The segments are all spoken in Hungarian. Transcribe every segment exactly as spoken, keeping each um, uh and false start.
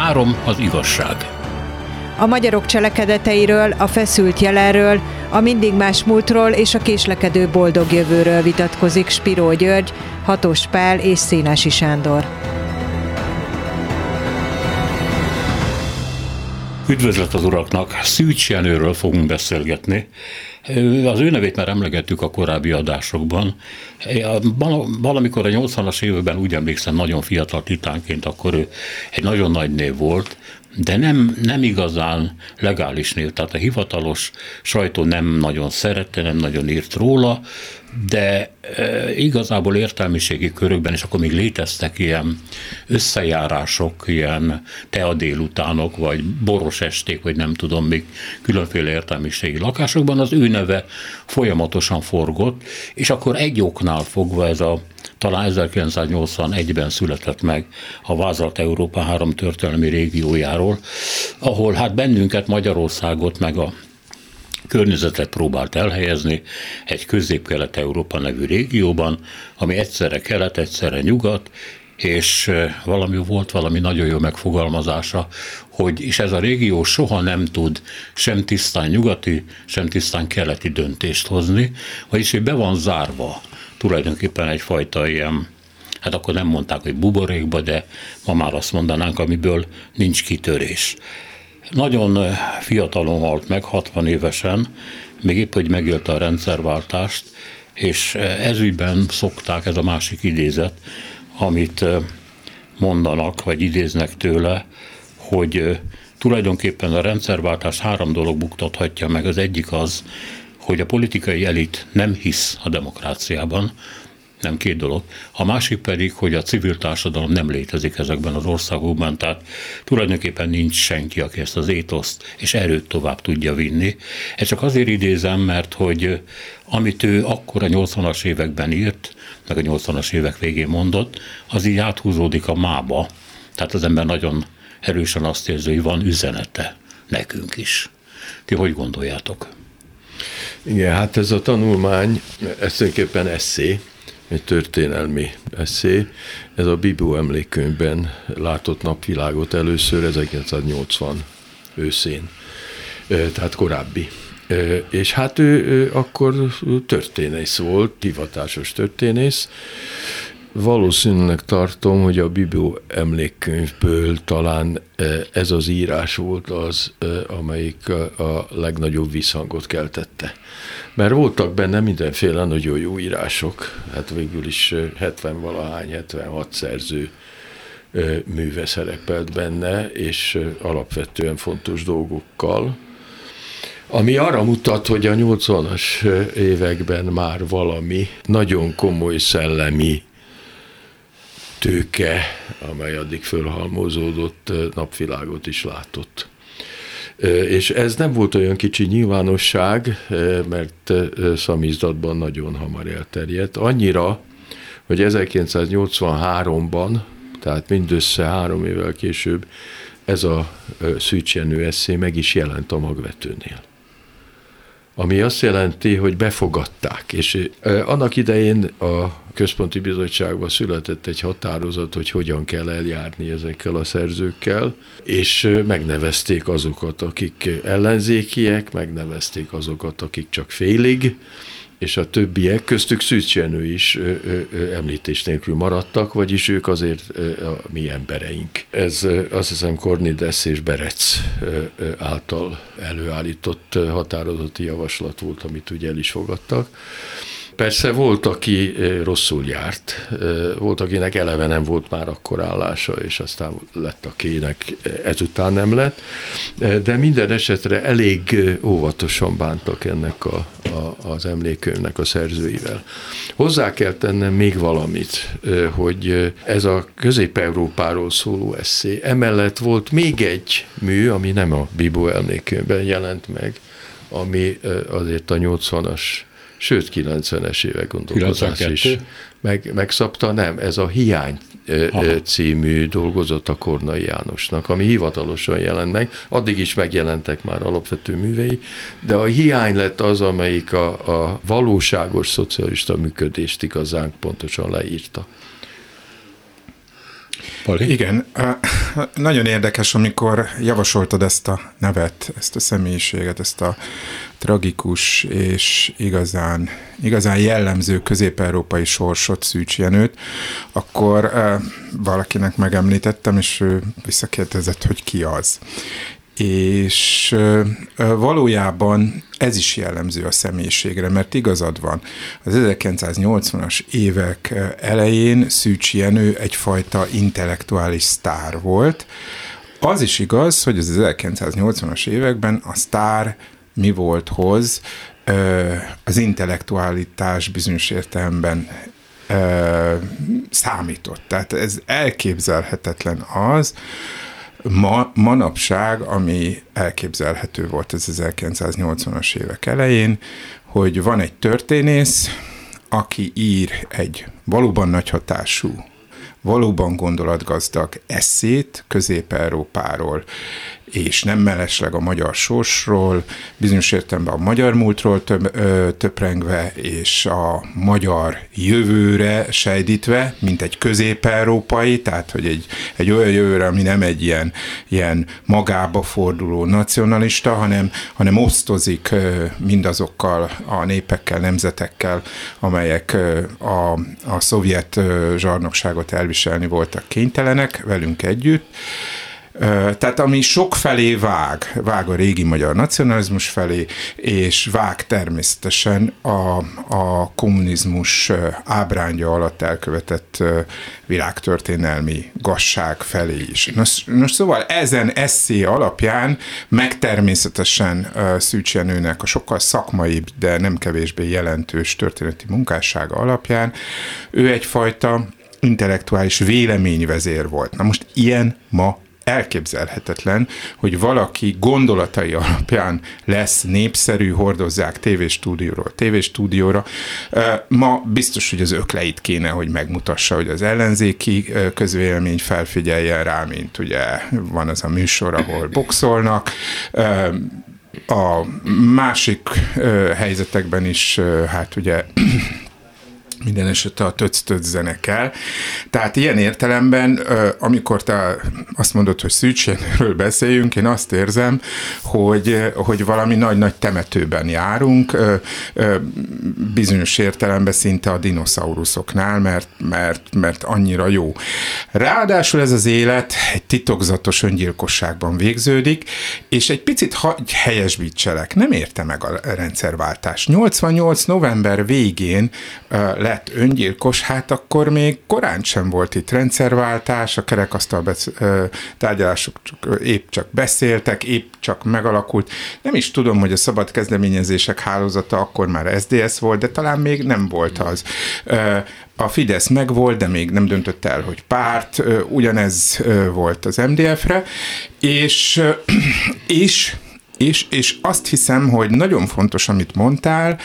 Három az igazság. A magyarok cselekedeteiről, a feszült jelenről, a mindig más múltról és a késlekedő boldog jövőről vitatkozik Spiró György, Hatos Pál és Szénási Sándor. Üdvözlet az uraknak! Szűcs Jenőről fogunk beszélgetni. Az ő nevét már emlegettük a korábbi adásokban. Valamikor a nyolcvanas években úgy emlékszem, nagyon fiatal titánként, akkor ő egy nagyon nagy név volt, de nem, nem igazán legális név, tehát a hivatalos sajtó nem nagyon szerette, nem nagyon írt róla, de e, igazából értelmiségi körökben, és akkor még léteztek ilyen összejárások, ilyen tea délutánok, vagy boros esték, vagy nem tudom, még különféle értelmiségi lakásokban az ő neve folyamatosan forgott, és akkor egy oknál fogva ez a talán ezerkilencszáznyolcvanegyben született meg a Vázalt Európa három történelmi régiójáról, ahol hát bennünket, Magyarországot, meg a környezetet próbált elhelyezni egy Közép-Kelet-Európa nevű régióban, ami egyszerre kelet, egyszerre nyugat, és valami volt, valami nagyon jó megfogalmazása, hogy és ez a régió soha nem tud sem tisztán nyugati, sem tisztán keleti döntést hozni, vagyis hogy be van zárva tulajdonképpen egyfajta ilyen, hát akkor nem mondták, hogy buborékba, de ma már azt mondanánk, amiből nincs kitörés. Nagyon fiatalon halt meg, hatvan évesen, még épp, hogy megélte a rendszerváltást, és ezügyben szokták, ez a másik idézet, amit mondanak, vagy idéznek tőle, hogy tulajdonképpen a rendszerváltást három dolog buktathatja meg. Az egyik az, hogy a politikai elit nem hisz a demokráciában, nem két dolog. A másik pedig, hogy a civil társadalom nem létezik ezekben az országokban, tehát tulajdonképpen nincs senki, aki ezt az étoszt és erőt tovább tudja vinni. Ezt csak azért idézem, mert hogy amit ő akkor a nyolcvanas években írt, meg a nyolcvanas évek végén mondott, az így áthúzódik a mába. Tehát az ember nagyon erősen azt érzi, hogy van üzenete nekünk is. Ti hogy gondoljátok? Igen, hát ez a tanulmány, ez tulajdonképpen esszé, egy történelmi esszé. Ez a Bibó emlékkönyvben látott napvilágot először ezerkilencszáznyolcvan őszén, tehát korábbi. És hát ő akkor történész volt, hivatásos történész. Valószínűleg tartom, hogy a Bibó emlékkönyvből talán ez az írás volt az, amelyik a legnagyobb visszhangot keltette. Mert voltak benne mindenféle nagyon jó írások, hát végül is hetven-valahány, hetvenhat szerző műve szerepelt benne, és alapvetően fontos dolgokkal, ami arra mutat, hogy a nyolcvanas években már valami nagyon komoly szellemi tőke, amely addig fölhalmozódott, napvilágot is látott. És ez nem volt olyan kicsi nyilvánosság, mert szamizdatban nagyon hamar elterjedt. Annyira, hogy ezerkilencszáznyolcvanháromban, tehát mindössze három évvel később, ez a Szűcs Jenő esszé meg is jelent a Magvetőnél. Ami azt jelenti, hogy befogadták, és annak idején a Központi Bizottságban született egy határozat, hogy hogyan kell eljárni ezekkel a szerzőkkel, és megnevezték azokat, akik ellenzékiek, megnevezték azokat, akik csak félig, és a többiek, köztük Szűcs Jenő is ö, ö, említés nélkül maradtak, vagyis ők azért ö, a mi embereink. Ez ö, azt hiszem Kornides és Berec ö, ö, által előállított ö, határozati javaslat volt, amit ugye el is fogadtak. Persze volt, aki rosszul járt, volt, akinek eleve nem volt már akkor állása, és aztán lett, akinek ezután nem lett, de minden esetre elég óvatosan bántak ennek a, a, az emlékkönyvnek a szerzőivel. Hozzá kell tennem még valamit, hogy ez a Közép-Európáról szóló esszé, emellett volt még egy mű, ami nem a Bibó emlékkönyvben jelent meg, ami azért a nyolcvanas sőt, kilencvenes évek gondolkozás is meg, megszabta, nem, ez a Hiány Aha. című dolgozat a Kornai Jánosnak, ami hivatalosan jelent meg, addig is megjelentek már alapvető művei, de a Hiány lett az, amelyik a, a valóságos szocialista működést igazán pontosan leírta. Pali? Igen, nagyon érdekes, amikor javasoltad ezt a nevet, ezt a személyiséget, ezt a tragikus és igazán, igazán jellemző közép-európai sorsot, Szűcs Jenőt, akkor valakinek megemlítettem, és ő visszakérdezett, hogy ki az. És valójában ez is jellemző a személyiségre, mert igazad van. Az ezerkilencszáznyolcvanas évek elején Szűcs Jenő egyfajta intellektuális sztár volt. Az is igaz, hogy az ezerkilencszáznyolcvanas években a sztár mi volt hoz, az intellektualitás bizonyos értelemben számított. Tehát ez elképzelhetetlen az, Ma, manapság, ami elképzelhető volt az ezerkilencszáznyolcvanas évek elején, hogy van egy történész, aki ír egy valóban nagy hatású, valóban gondolatgazdag esszét Közép-Európáról, és nem mellesleg a magyar sorsról, bizonyos értelemben a magyar múltról több, ö, töprengve, és a magyar jövőre sejdítve, mint egy közép-európai, tehát hogy egy, egy olyan jövőre, ami nem egy ilyen, ilyen magába forduló nacionalista, hanem, hanem osztozik ö, mindazokkal a népekkel, nemzetekkel, amelyek ö, a, a szovjet ö, zsarnokságot elviselni voltak kénytelenek velünk együtt. Tehát ami sok felé vág, vág a régi magyar nacionalizmus felé, és vág természetesen a, a kommunizmus ábrándja alatt elkövetett világtörténelmi gazság felé is. Nos, nos szóval ezen esszé alapján, meg természetesen Szűcs Jenőnek a sokkal szakmaibb, de nem kevésbé jelentős történeti munkássága alapján ő egyfajta intellektuális véleményvezér volt. Na most ilyen ma elképzelhetetlen, hogy valaki gondolatai alapján lesz népszerű, hordozzák tévéstúdióról tévéstúdióra. Ma biztos, hogy az ökleit kéne, hogy megmutassa, hogy az ellenzéki közvélemény felfigyeljen rá, mint ugye van az a műsor, ahol boxolnak. A másik helyzetekben is, hát ugye minden esetre a töc-töc zene kell. Tehát ilyen értelemben, amikor te azt mondod, hogy Szűcs Jenőről beszéljünk, én azt érzem, hogy, hogy valami nagy-nagy temetőben járunk, bizonyos értelemben szinte a dinoszauruszoknál, mert, mert, mert annyira jó. Ráadásul ez az élet egy titokzatos öngyilkosságban végződik, és egy picit helyesbítselek, nem érte meg a rendszerváltás. nyolcvannyolc november végén lett öngyilkos, hát akkor még korán sem volt itt rendszerváltás, a kerekasztal besz- tárgyalások csak, épp csak beszéltek, épp csak megalakult. Nem is tudom, hogy a szabad kezdeményezések hálózata akkor már es zé dé es volt, de talán még nem volt az. A Fidesz megvolt, de még nem döntött el, hogy párt, ugyanez volt az em dé ef-re, és, és, és, és azt hiszem, hogy nagyon fontos, amit mondtál,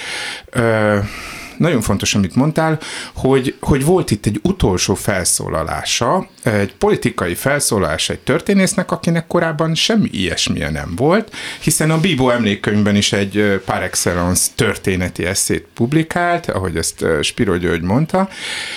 Nagyon fontos, amit mondtál, hogy, hogy volt itt egy utolsó felszólalása, egy politikai felszólalása egy történésznek, akinek korábban semmi ilyesmije nem volt, hiszen a Bíbó emlékkönyvben is egy par excellence történeti esszét publikált, ahogy ezt Spiro György mondta.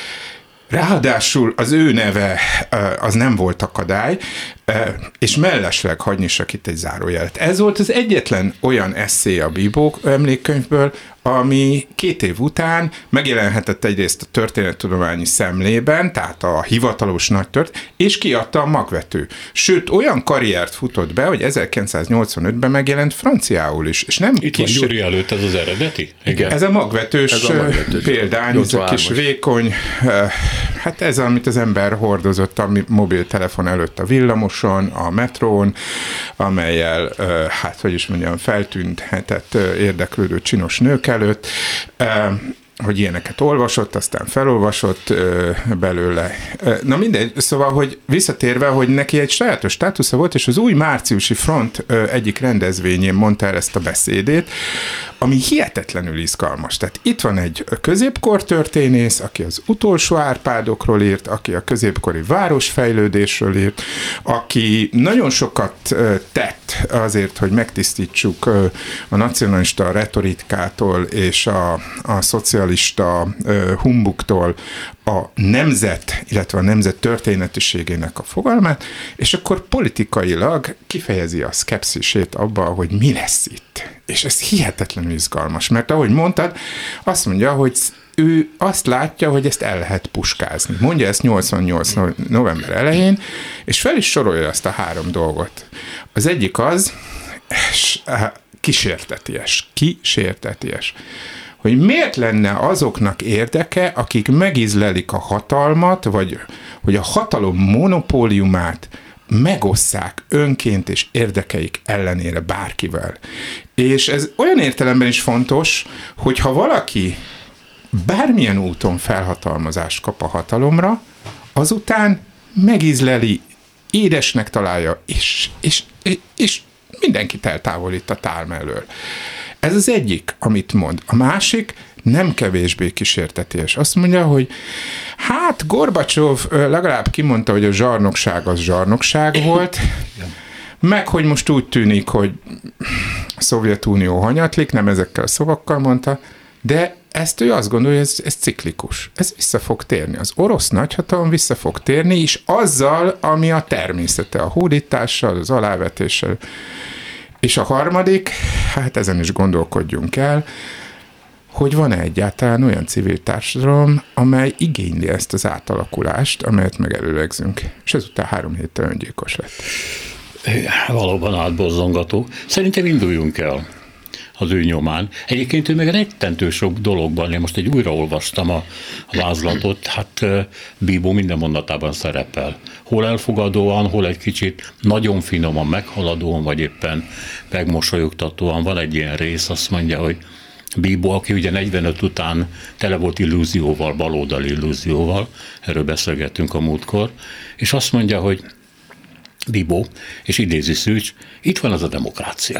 Ráadásul az ő neve az nem volt akadály, és mellesleg hadd nyissak itt egy zárójelet. Ez volt az egyetlen olyan esszé a Bíbó emlékkönyvből, ami két év után megjelenhetett egyrészt a történettudományi szemlében, tehát a hivatalos nagy tört, és kiadta a Magvető. Sőt, olyan karriert futott be, hogy ezerkilencszáznyolcvanötben megjelent franciául is. És nem itt kis... van Gyuri előtt, ez az eredeti? Igen. Ez a magvetős, ez a magvetős példány, ez a kis vékony, hát ez, amit az ember hordozott a mobiltelefon előtt a villamoson, a metrón, amellyel, hát hogy is mondjam, feltűnhetett érdeklődő csinos nők előtt, hogy ilyeneket olvasott, aztán felolvasott ö, belőle. Na mindegy, szóval, hogy visszatérve, hogy neki egy sajátos státusza volt, és az új márciusi front ö, egyik rendezvényén mondta el ezt a beszédét, ami hihetetlenül izgalmas. Tehát itt van egy középkor történész, aki az utolsó Árpádokról írt, aki a középkori városfejlődésről írt, aki nagyon sokat ö, tett azért, hogy megtisztítsuk ö, a nacionalista retorikától és a, a szocialista szocialista humbuktól a nemzet, illetve a nemzet történetiségének a fogalmát, és akkor politikailag kifejezi a szkepszisét abba, hogy mi lesz itt. És ez hihetetlenül izgalmas, mert ahogy mondtad, azt mondja, hogy ő azt látja, hogy ezt el lehet puskázni. Mondja ezt nyolcvannyolc november elején, és fel is sorolja azt a három dolgot. Az egyik az, kísérteties, kísérteties, hogy miért lenne azoknak érdeke, akik megízlelik a hatalmat, vagy hogy a hatalom monopóliumát megosszák önként és érdekeik ellenére bárkivel. És ez olyan értelemben is fontos, hogy ha valaki bármilyen úton felhatalmazást kap a hatalomra, azután megízleli, édesnek találja, és, és, és mindenkit eltávolít a tál mellől. Ez az egyik, amit mond. A másik nem kevésbé kísérteties. Azt mondja, hogy hát Gorbacsov legalább kimondta, hogy a zsarnokság az zsarnokság volt, meg hogy most úgy tűnik, hogy a Szovjetunió hanyatlik, nem ezekkel a szavakkal mondta, de ezt ő azt gondolja, hogy ez, ez ciklikus. Ez vissza fog térni. Az orosz nagyhatalom vissza fog térni, és azzal, ami a természete, a hódítással, az alávetéssel. És a harmadik, hát ezen is gondolkodjunk el, hogy van-e egyáltalán olyan civil társadalom, amely igényli ezt az átalakulást, amelyet megelőlegzünk. És ezután három héttel öngyilkos lett. Valóban átbozzongató. Szerintem induljunk el az ő nyomán. Egyébként ő meg rettentő sok dologban, én most egy újra olvastam a vázlatot, hát Bíbó minden mondatában szerepel. Hol elfogadóan, hol egy kicsit nagyon finoman, meghaladóan, vagy éppen megmosolyogtatóan. Van egy ilyen rész, azt mondja, hogy Bíbó, aki ugye negyvenöt után tele volt illúzióval, baloldali illúzióval, erről beszélgettünk a múltkor, és azt mondja, hogy Bíbó, és idézi Szűcs, itt van az a demokrácia.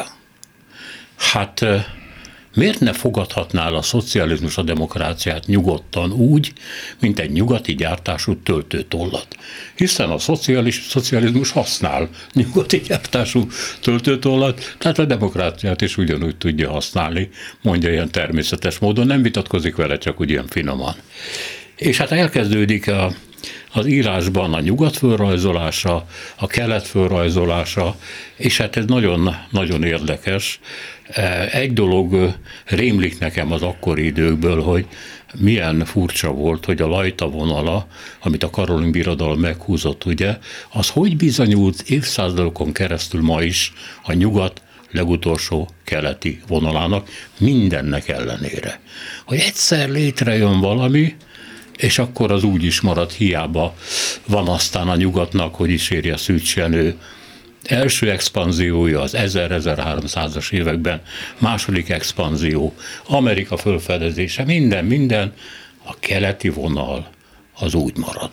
Hát miért ne fogadhatná a szocializmus a demokráciát nyugodtan úgy, mint egy nyugati gyártású töltőtollat? Hiszen a szocialis, szocializmus használ nyugati gyártású töltőtollat, tehát a demokráciát is ugyanúgy tudja használni, mondja ilyen természetes módon, nem vitatkozik vele, csak úgy ilyen finoman. És hát elkezdődik a az írásban a nyugat fölrajzolása, a kelet fölrajzolása, és hát ez nagyon, nagyon érdekes. Egy dolog rémlik nekem az akkori időkből, hogy milyen furcsa volt, hogy a Lajta vonala, amit a Karolin Birodalom meghúzott, ugye, az hogy bizonyult évszázadokon keresztül ma is a nyugat legutolsó keleti vonalának mindennek ellenére. Hogy egyszer létrejön valami, és akkor az úgy is marad, hiába van aztán a nyugatnak, hogy is érje Szűcs Jenő első expanziója az ezer-ezerháromszázas években, második expanzió, Amerika fölfedezése, minden, minden, a keleti vonal az úgy marad.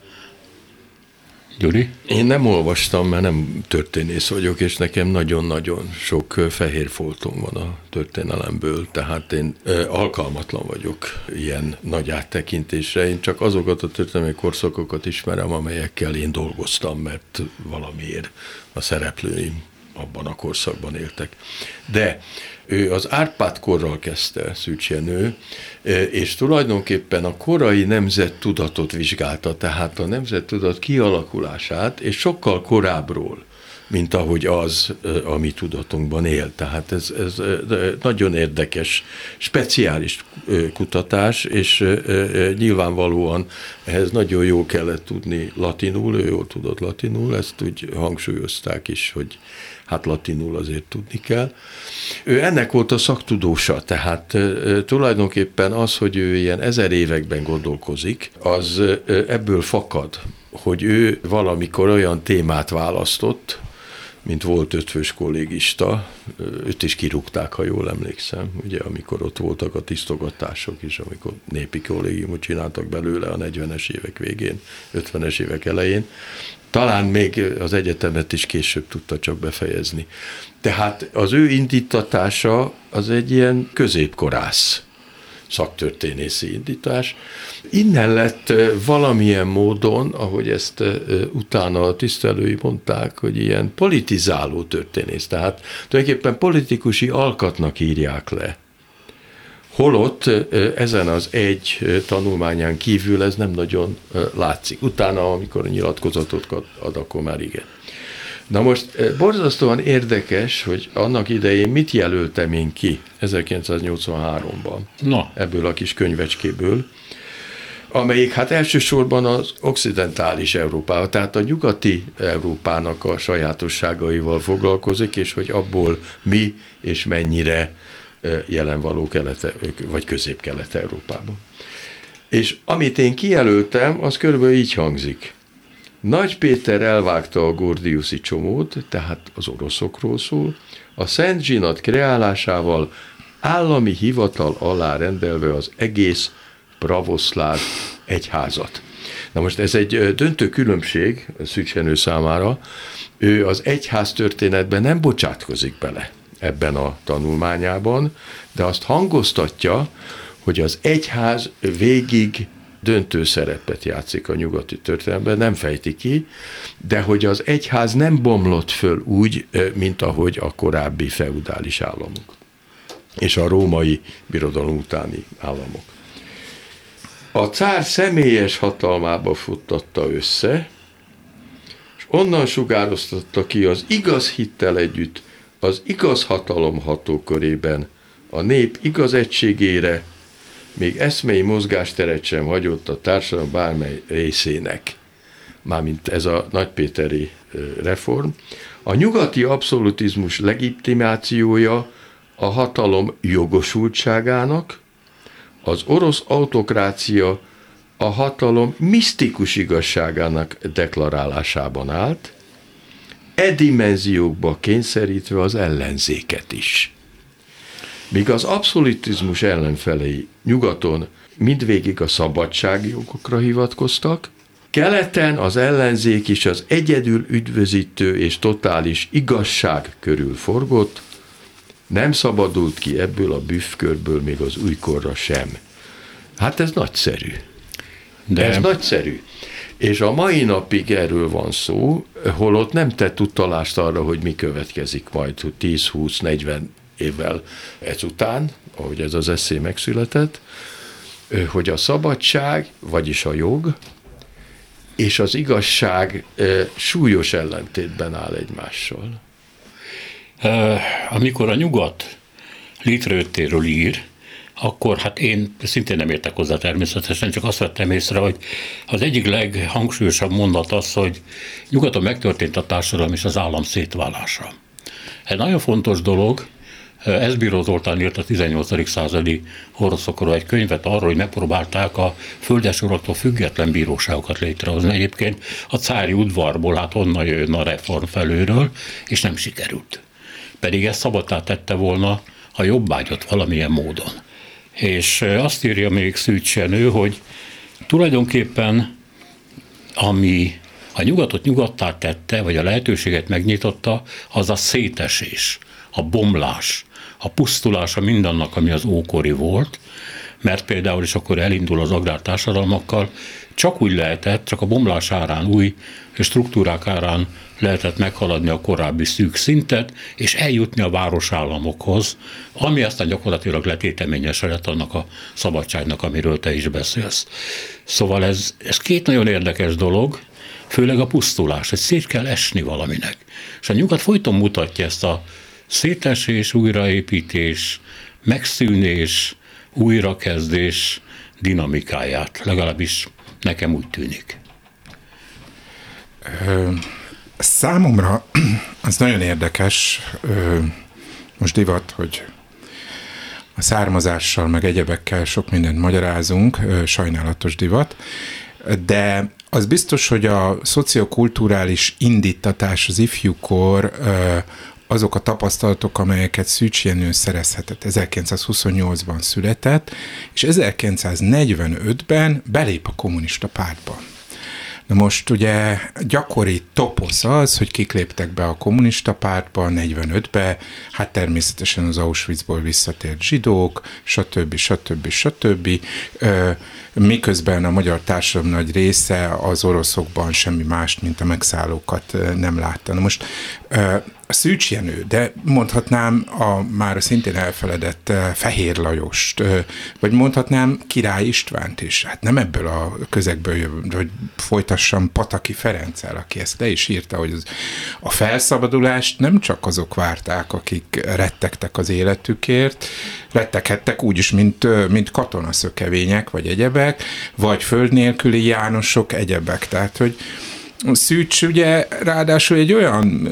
Gyuri? Én nem olvastam, mert nem történész vagyok, és nekem nagyon-nagyon sok fehér foltom van a történelemből, tehát én alkalmatlan vagyok ilyen nagy áttekintésre. Én csak azokat a történelmi korszakokat ismerem, amelyekkel én dolgoztam, mert valamiért a szereplőim abban a korszakban éltek. De ő az Árpád-korral kezdte, Szűcs Jenő, és tulajdonképpen a korai nemzettudatot vizsgálta, tehát a nemzettudat kialakulását, és sokkal korábbról, mint ahogy az a mi tudatunkban él. Tehát ez, ez nagyon érdekes, speciális kutatás, és nyilvánvalóan ehhez nagyon jól kellett tudni latinul, ő jól tudott latinul, ezt úgy hangsúlyozták is, hogy hát latinul azért tudni kell. Ő ennek volt a szaktudósa, tehát tulajdonképpen az, hogy ő ilyen ezer években gondolkozik, az ebből fakad, hogy ő valamikor olyan témát választott, mint volt ötvös kollégista, őt is kirúgták, ha jól emlékszem, ugye, amikor ott voltak a tisztogatások is, amikor népi kollégiumot csináltak belőle a negyvenes évek végén, ötvenes évek elején. Talán még az egyetemet is később tudta csak befejezni. Tehát az ő indítatása az egy ilyen középkorász szaktörténészi indítás. Innen lett valamilyen módon, ahogy ezt utána a tisztelői mondták, hogy ilyen politizáló történész. Tehát tulajdonképpen politikusi alkatnak írják le, Holott ezen az egy tanulmányán kívül ez nem nagyon látszik. Utána, amikor a nyilatkozatot ad, akkor már igen. Na most borzasztóan érdekes, hogy annak idején mit jelöltem én ki ezerkilencszáznyolcvanháromban Na. ebből a kis könyvecskéből, amelyik hát elsősorban az occidentális Európával, tehát a nyugati Európának a sajátosságaival foglalkozik, és hogy abból mi és mennyire jelen való kelet, vagy közép-kelet-Európában. És amit én kijelöltem, az körülbelül így hangzik. Nagy Péter elvágta a gordiuszi csomót, tehát az oroszokról szól, a Szent Zsinat kreálásával állami hivatal alá rendelve az egész pravoszláv egyházat. Na most ez egy döntő különbség Szűcs Jenő számára. Ő az egyház történetben nem bocsátkozik bele ebben a tanulmányában, de azt hangoztatja, hogy az egyház végig döntő szerepet játszik a nyugati történelemben, nem fejti ki, de hogy az egyház nem bomlott föl úgy, mint ahogy a korábbi feudális államok és a római birodalom utáni államok. A cár személyes hatalmába futtatta össze, és onnan sugároztatta ki az igaz hittel együtt az igaz hatalom hatókörében a nép igaz egységére, még eszmei mozgásteret sem hagyott a társadalom bármely részének, mármint ez a nagypéteri reform. A nyugati abszolutizmus legitimációja a hatalom jogosultságának, az orosz autokrácia a hatalom misztikus igazságának deklarálásában állt, e dimenziókba kényszerítve az ellenzéket is. Míg az abszolutizmus ellenfelei nyugaton mindvégig a szabadságjogokra hivatkoztak, keleten az ellenzék is az egyedül üdvözítő és totális igazság körül forgott, nem szabadult ki ebből a büffkörből még az újkorra sem. Hát ez nagyszerű. De ez nagyszerű. És a mai napig erről van szó, holott nem tett utalást arra, hogy mi következik majd tíz, húsz, negyven évvel ezután, ahogy ez az esszé megszületett, hogy a szabadság, vagyis a jog, és az igazság súlyos ellentétben áll egymással. Amikor a nyugat létrejöttéről ír, akkor hát én szintén nem értek hozzá természetesen, csak azt vettem észre, hogy az egyik leghangsúlyosabb mondat az, hogy nyugaton megtörtént a társadalom és az állam szétválása. Ez nagyon fontos dolog. Eszbíró Zoltán írt a tizennyolcadik századi oroszokról egy könyvet arról, hogy megpróbálták a földesuraktól független bíróságokat létrehozni. Egyébként a cári udvarból, hát onnan jön a reform felőről, és nem sikerült. Pedig ezt szabadtá tette volna a jobbágyat valamilyen módon. És azt írja még Szűcs Jenő, hogy tulajdonképpen ami a nyugatot nyugattá tette, vagy a lehetőséget megnyitotta, az a szétesés, a bomlás, a pusztulása mindannak, ami az ókori volt, mert például is akkor elindul az agrártársadalmakkal, csak úgy lehetett, csak a bomlás árán, új struktúrák árán lehetett meghaladni a korábbi szűk szintet, és eljutni a városállamokhoz, ami aztán gyakorlatilag letéteményesedett annak a szabadságnak, amiről te is beszélsz. Szóval ez, ez két nagyon érdekes dolog, főleg a pusztulás, hogy szét kell esni valaminek. És a nyugat folyton mutatja ezt a szétesés, újraépítés, megszűnés, újrakezdés dinamikáját. Legalábbis nekem úgy tűnik. Ö, számomra az nagyon érdekes, ö, most divat, hogy a származással, meg egyebekkel sok mindent magyarázunk, ö, sajnálatos divat, de az biztos, hogy a szociokulturális indítatás az ifjúkor ö, azok a tapasztalatok, amelyeket Szűcs Jenő szerezhetett. ezerkilencszázhuszonnyolcban született, és ezerkilencszáznegyvenötben belép a kommunista pártba. Na most ugye gyakori toposz az, hogy kik léptek be a kommunista pártba negyvenötbe, hát természetesen az Auschwitzból visszatért zsidók, stb. stb. stb. Miközben a magyar társadalom nagy része az oroszokban semmi mást, mint a megszállókat nem látta. Na most a Szűcs Jenő, de mondhatnám a már szintén elfeledett Fehér Lajost, vagy mondhatnám Király Istvánt is. Hát nem ebből a közegből jövő, hogy folytassam Pataki Ferenccel, aki ezt le is írta, hogy az, a felszabadulást nem csak azok várták, akik rettegtek az életükért, retteghettek úgyis, mint, mint katonaszökevények, vagy egyebek, vagy föld nélküli Jánosok, egyebek. Tehát, hogy Szűcs ugye ráadásul egy olyan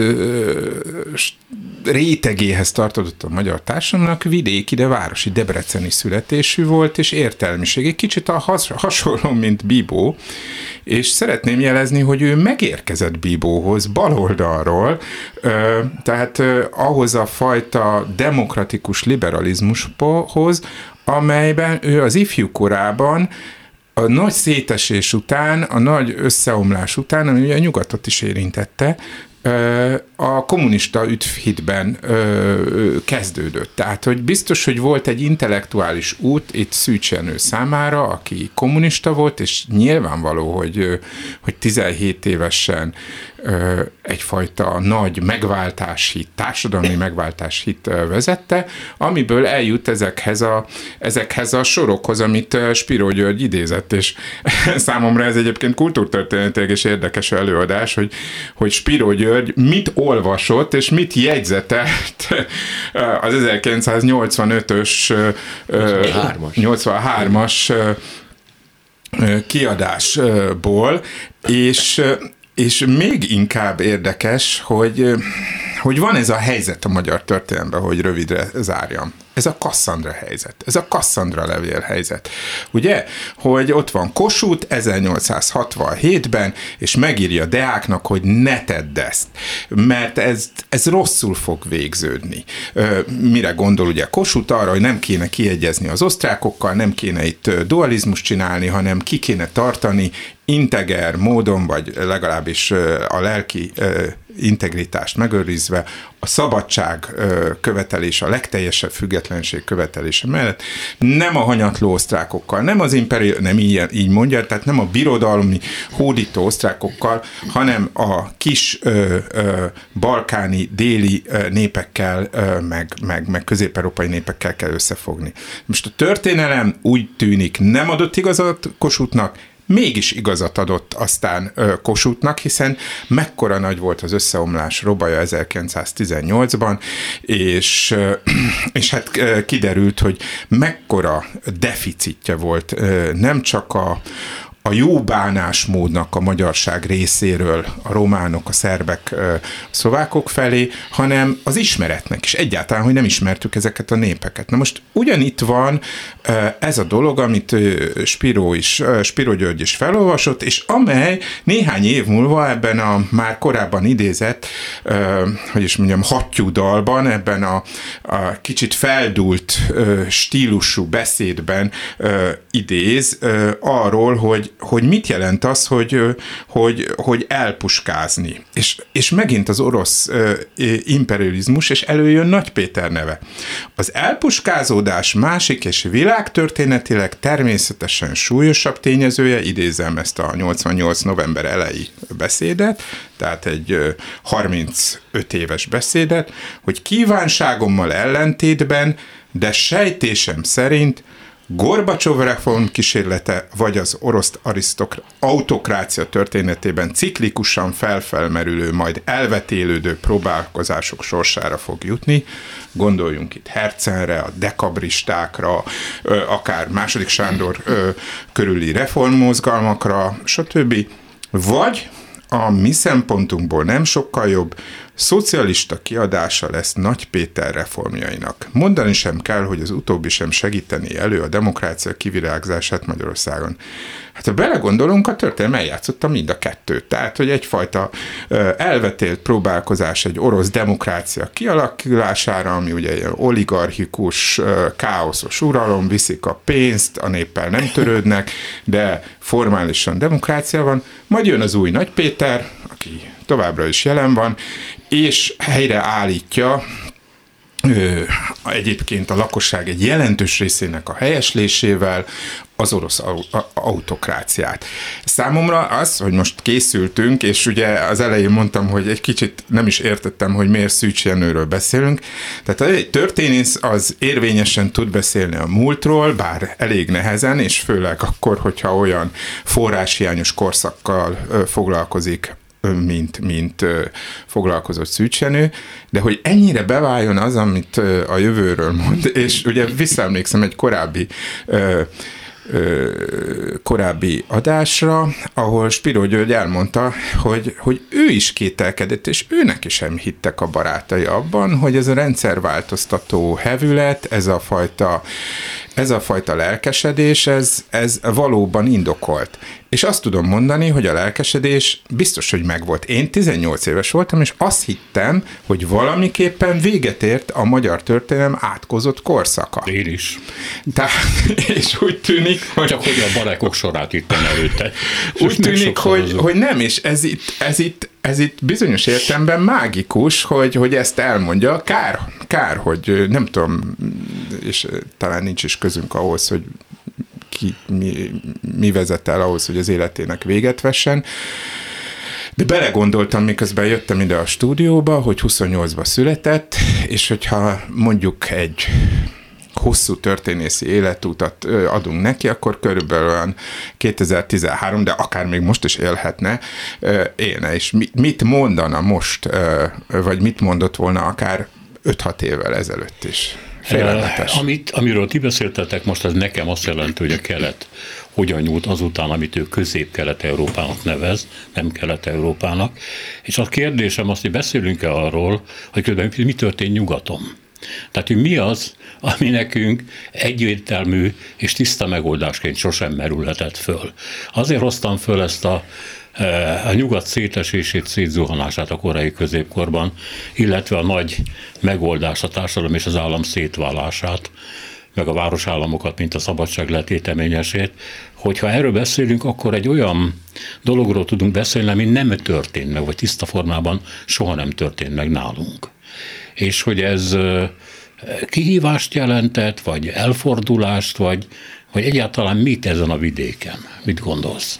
rétegéhez tartozott a magyar társadalomnak, vidéki, de városi, debreceni születésű volt, és értelmiség. Egy kicsit a has, hasonló, mint Bibó, és szeretném jelezni, hogy ő megérkezett Bibóhoz baloldalról, tehát ahhoz a fajta demokratikus liberalizmushoz, amelyben ő az ifjú korában a nagy szétesés után, a nagy összeomlás után, ami ugye a nyugatot is érintette, a kommunista üdvhitben kezdődött. Tehát, hogy biztos, hogy volt egy intellektuális út itt Szűcs Jenő számára, aki kommunista volt, és nyilvánvaló, hogy, hogy tizenhét évesen egyfajta nagy megváltáshit, társadalmi megváltáshit vezette, amiből eljut ezekhez a, ezekhez a sorokhoz, amit Spiró György idézett, és számomra ez egyébként kultúrtörténetileg is érdekes előadás, hogy, hogy Spiró György mit olvasott, és mit jegyzetelt az ezerkilencszáznyolcvanötös nyolcvanhármas kiadásból, és És még inkább érdekes, hogy, hogy van ez a helyzet a magyar történelemben, hogy rövidre zárjam. Ez a Kasszandra helyzet, ez a Kasszandra levél helyzet. Ugye, hogy ott van Kossuth ezernyolcszázhatvanhétben, és megírja Deáknak, hogy ne tedd ezt, mert ez, ez rosszul fog végződni. Mire gondol ugye Kossuth? Arra, hogy nem kéne kiegyezni az osztrákokkal, nem kéne itt dualizmus csinálni, hanem ki kéne tartani integer módon, vagy legalábbis a lelki integritást megőrizve, a szabadság követelése, a legteljesebb függetlenség követelése mellett nem a hanyatló osztrákokkal, nem az imperial, nem így, így mondja, tehát nem a birodalmi hódító osztrákokkal, hanem a kis ö, ö, balkáni, déli ö, népekkel, ö, meg, meg, meg közép-európai népekkel kell összefogni. Most a történelem úgy tűnik nem adott igazat Kossuthnak, mégis igazat adott aztán Kossuthnak, hiszen mekkora nagy volt az összeomlás robaja ezerkilencszáztizennyolcban, és, és hát kiderült, hogy mekkora deficitje volt nem csak a a jó bánásmódnak a magyarság részéről a románok, a szerbek, a szlovákok felé, hanem az ismeretnek is. Egyáltalán, hogy nem ismertük ezeket a népeket. Na most ugyanitt van ez a dolog, amit Spiró is, Spiró György is felolvasott, és amely néhány év múlva ebben a már korábban idézett, hogy is mondjam, hattyú dalban, ebben a, a kicsit feldúlt stílusú beszédben idéz arról, hogy hogy mit jelent az, hogy, hogy, hogy elpuskázni. És, és megint az orosz imperializmus, és előjön Nagy Péter neve. Az elpuskázódás másik és világtörténetileg természetesen súlyosabb tényezője, idézem ezt a nyolcvannyolc november elejé beszédet, tehát egy harmincöt éves beszédet, hogy kívánságommal ellentétben, de sejtésem szerint Gorbacsov reform kísérlete, vagy az orosz arisztokra- autokrácia történetében ciklikusan felfelmerülő, majd elvetélődő próbálkozások sorsára fog jutni. Gondoljunk itt Herzenre, a dekabristákra, akár második Sándor körüli reformmozgalmakra, stb. Vagy a mi szempontunkból nem sokkal jobb, szocialista kiadása lesz Nagy Péter reformjainak. Mondani sem kell, hogy az utóbbi sem segíteni elő a demokrácia kivirágzását Magyarországon. Hát ha belegondolunk, a történelem eljátszotta mind a kettőt. Tehát, hogy egyfajta elvetélt próbálkozás egy orosz demokrácia kialakulására, ami ugye ilyen oligarchikus, káoszos uralom, viszik a pénzt, a néppel nem törődnek, de formálisan demokrácia van. Majd jön az új Nagy Péter, aki továbbra is jelen van, és helyre állítja egyébként a lakosság egy jelentős részének a helyeslésével az orosz autokráciát. Számomra az, hogy most készültünk, és ugye az elején mondtam, hogy egy kicsit nem is értettem, hogy miért Szűcs Jenőről beszélünk. Tehát egy történész az érvényesen tud beszélni a múltról, bár elég nehezen, és főleg akkor, hogyha olyan forráshiányos korszakkal foglalkozik, mint, mint foglalkozott Szűcs Jenő, de hogy ennyire beváljon az, amit a jövőről mond, és ugye visszaemlékszem egy korábbi korábbi adásra, ahol Spiró György elmondta, hogy, hogy ő is kételkedett, és őnek is sem hittek a barátai abban, hogy ez a rendszerváltoztató hevület, ez a fajta, ez a fajta lelkesedés, ez, ez valóban indokolt. És azt tudom mondani, hogy a lelkesedés biztos, hogy megvolt. Én tizennyolc éves voltam, és azt hittem, hogy valamiképpen véget ért a magyar történelem átkozott korszaka. Én is. Tehát, és úgy tűnik, hogy... Csak hogy a barákok sorát itten előtte. Úgy tűnik, hogy, hogy nem, és ez itt, ez itt Ez itt bizonyos értelemben mágikus, hogy, hogy ezt elmondja. Kár, kár, hogy nem tudom, és talán nincs is közünk ahhoz, hogy ki, mi, mi vezet el ahhoz, hogy az életének véget vessen. De belegondoltam, miközben jöttem ide a stúdióba, hogy huszonnyolcban született, és hogyha mondjuk egy hosszú történészi életutat adunk neki, akkor körülbelül olyan kétezer-tizenhárom, de akár még most is élhetne, élne. És mit mondana most, vagy mit mondott volna akár öt-hat évvel ezelőtt is? Félelmetes. Amit, amiről ti beszéltetek most, az nekem azt jelenti, hogy a kelet hogyan nyújt azután, amit ő Közép-Kelet-Európának nevez, nem Kelet-Európának. És a kérdésem az, hogy beszélünk-e arról, hogy közben mi történt nyugaton. Tehát, hogy mi az, ami nekünk egyértelmű és tiszta megoldásként sosem merülhetett föl. Azért hoztam föl ezt a, a nyugat szétesését, szétzuhanását a korai középkorban, illetve a nagy megoldás, a társadalom és az állam szétválását, meg a városállamokat, mint a szabadság letéteményesét, hogyha erről beszélünk, akkor egy olyan dologról tudunk beszélni, ami nem történt meg, vagy tiszta formában soha nem történt meg nálunk. És hogy ez kihívást jelentett, vagy elfordulást, vagy, vagy egyáltalán mit ezen a vidéken? Mit gondolsz?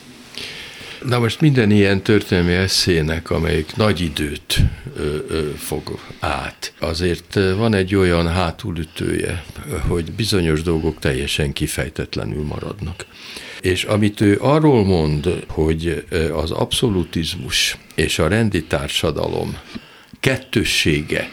Na most minden ilyen történelmi eszének, amelyik nagy időt ö, ö, fog át, azért van egy olyan hátulütője, hogy bizonyos dolgok teljesen kifejtetlenül maradnak. És amit ő arról mond, hogy az abszolutizmus és a rendi társadalom kettőssége,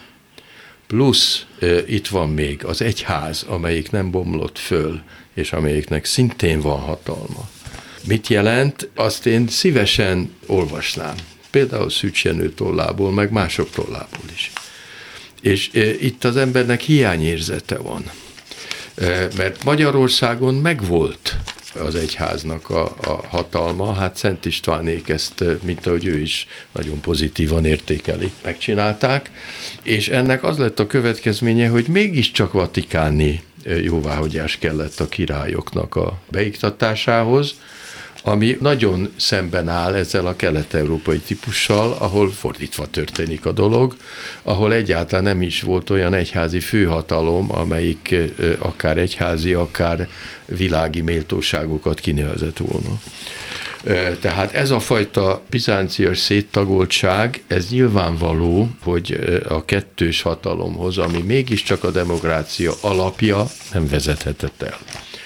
plusz e, itt van még az egyház, amelyik nem bomlott föl, és amelyiknek szintén van hatalma. Mit jelent? Azt én szívesen olvasnám. Például Szűcs Jenő tollából, meg mások tollából is. És e, itt az embernek hiányérzete van. E, mert Magyarországon megvolt az egyháznak a, a hatalma, hát Szent Istvánék ezt, mint ahogy ő is nagyon pozitívan értékeli, megcsinálták, és ennek az lett a következménye, hogy mégiscsak vatikáni jóváhagyás kellett a királyoknak a beiktatásához, ami nagyon szemben áll ezzel a kelet-európai típussal, ahol fordítva történik a dolog, ahol egyáltalán nem is volt olyan egyházi főhatalom, amelyik akár egyházi, akár világi méltóságokat kinevezett volna. Tehát ez a fajta bizáncias széttagoltság, ez nyilvánvaló, hogy a kettős hatalomhoz, ami mégiscsak a demokrácia alapja, nem vezethetett el.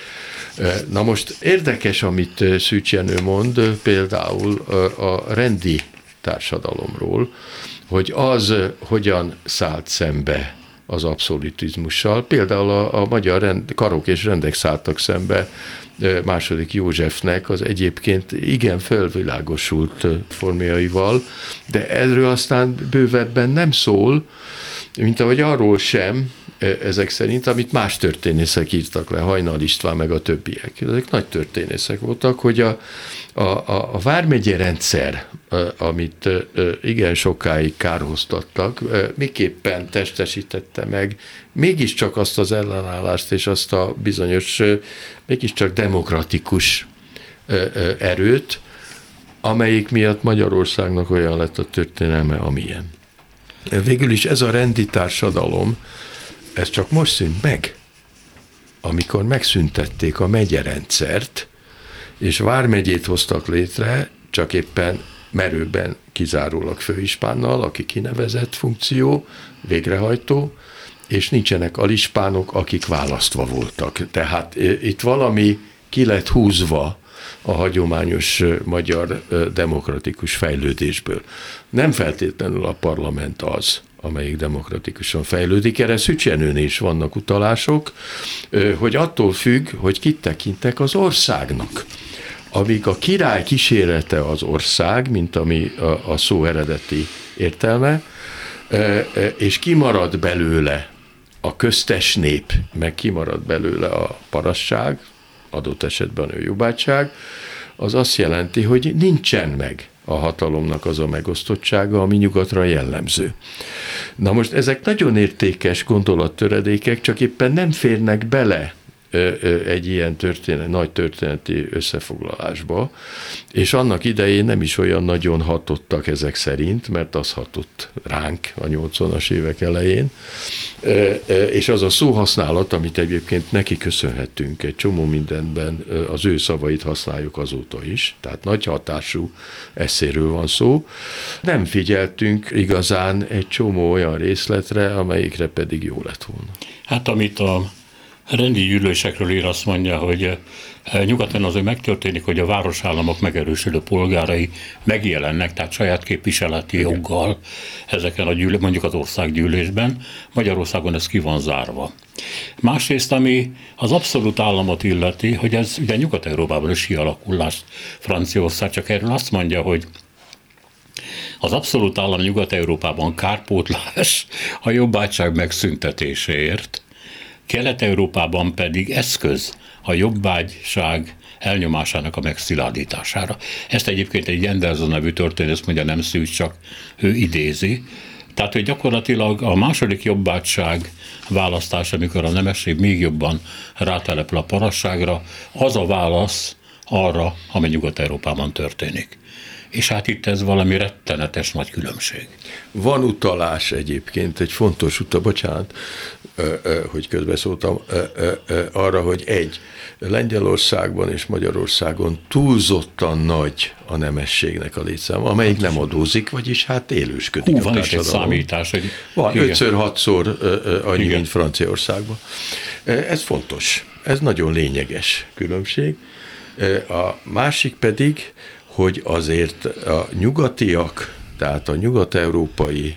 Na most érdekes, amit Szűcs Jenő mond, például a rendi társadalomról, hogy az hogyan szállt szembe az abszolutizmussal. Például a, a magyar rend, karok és rendek szálltak szembe második Józsefnek az egyébként igen felvilágosult formájaival, de erről aztán bővebben nem szól, mint ahogy arról sem, ezek szerint, amit más történészek írtak le, Hajnal István meg a többiek. Ezek nagy történészek voltak, hogy a, a, a, a vármegye rendszer, amit igen sokáig kárhoztattak, miképpen testesítette meg mégiscsak azt az ellenállást és azt a bizonyos, mégiscsak demokratikus erőt, amelyik miatt Magyarországnak olyan lett a történelme, amilyen. Végül is ez a rendi társadalom, ez csak most szűnt meg, amikor megszüntették a megyerendszert, és vármegyét hoztak létre, csak éppen merőben kizárólag főispánnal, aki kinevezett funkció, végrehajtó, és nincsenek alispánok, akik választva voltak. Tehát itt valami ki lett húzva a hagyományos magyar demokratikus fejlődésből. Nem feltétlenül a parlament az, amelyik demokratikusan fejlődik. Erre Szücs-Jenőn is vannak utalások, hogy attól függ, hogy kit tekintek az országnak. Amíg a király kísérete az ország, mint ami a, a szó eredeti értelme, és kimarad belőle a köztes nép, meg kimarad belőle a parasság, adott esetben a jobbátság, az azt jelenti, hogy nincsen meg a hatalomnak az a megosztottsága, ami nyugatra jellemző. Na most ezek nagyon értékes gondolattöredékek, csak éppen nem férnek bele egy ilyen történet, nagy történeti összefoglalásba, és annak idején nem is olyan nagyon hatottak ezek szerint, mert az hatott ránk a nyolcvanas évek elején, és az a szóhasználat, amit egyébként neki köszönhetünk, egy csomó mindenben az ő szavait használjuk azóta is, tehát nagy hatású esszéről van szó. Nem figyeltünk igazán egy csomó olyan részletre, amelyikre pedig jó lett volna. Hát amit a rendi gyűlésekről ír, azt mondja, hogy nyugaton azért megtörténik, hogy a városállamok megerősödő polgárai megjelennek, tehát saját képviseleti joggal ezeken a gyűlés, mondjuk az országgyűlésben. Magyarországon ez ki van zárva. Másrészt, ami az abszolút államot illeti, hogy ez ugye Nyugat-Európában is kialakulás, Franciaország, csak erről azt mondja, hogy az abszolút állam Nyugat-Európában kárpótlás a jobbátság megszüntetéséért, Kelet-Európában pedig eszköz a jobbágyság elnyomásának a megszilárdítására. Ezt egyébként egy Anderson nevű történész mondja, nem Szűcs, csak ő idézi. Tehát, hogy gyakorlatilag a második jobbágyság választás, amikor a nemesség még jobban rátelepül a parasságra, az a válasz arra, ami Nyugat-Európában történik. És hát itt ez valami rettenetes nagy különbség. Van utalás egyébként, egy fontos utalás, bocsánat, hogy közbeszóltam, arra, hogy egy, Lengyelországban és Magyarországon túlzottan nagy a nemességnek a létszáma, amelyik nem adózik, vagyis hát élősködik. Hú, van is egy számítás. Hogy... Van ötször-hatszor annyi, igen, mint Franciaországban. Ez fontos, ez nagyon lényeges különbség. A másik pedig, hogy azért a nyugatiak, tehát a nyugat-európai,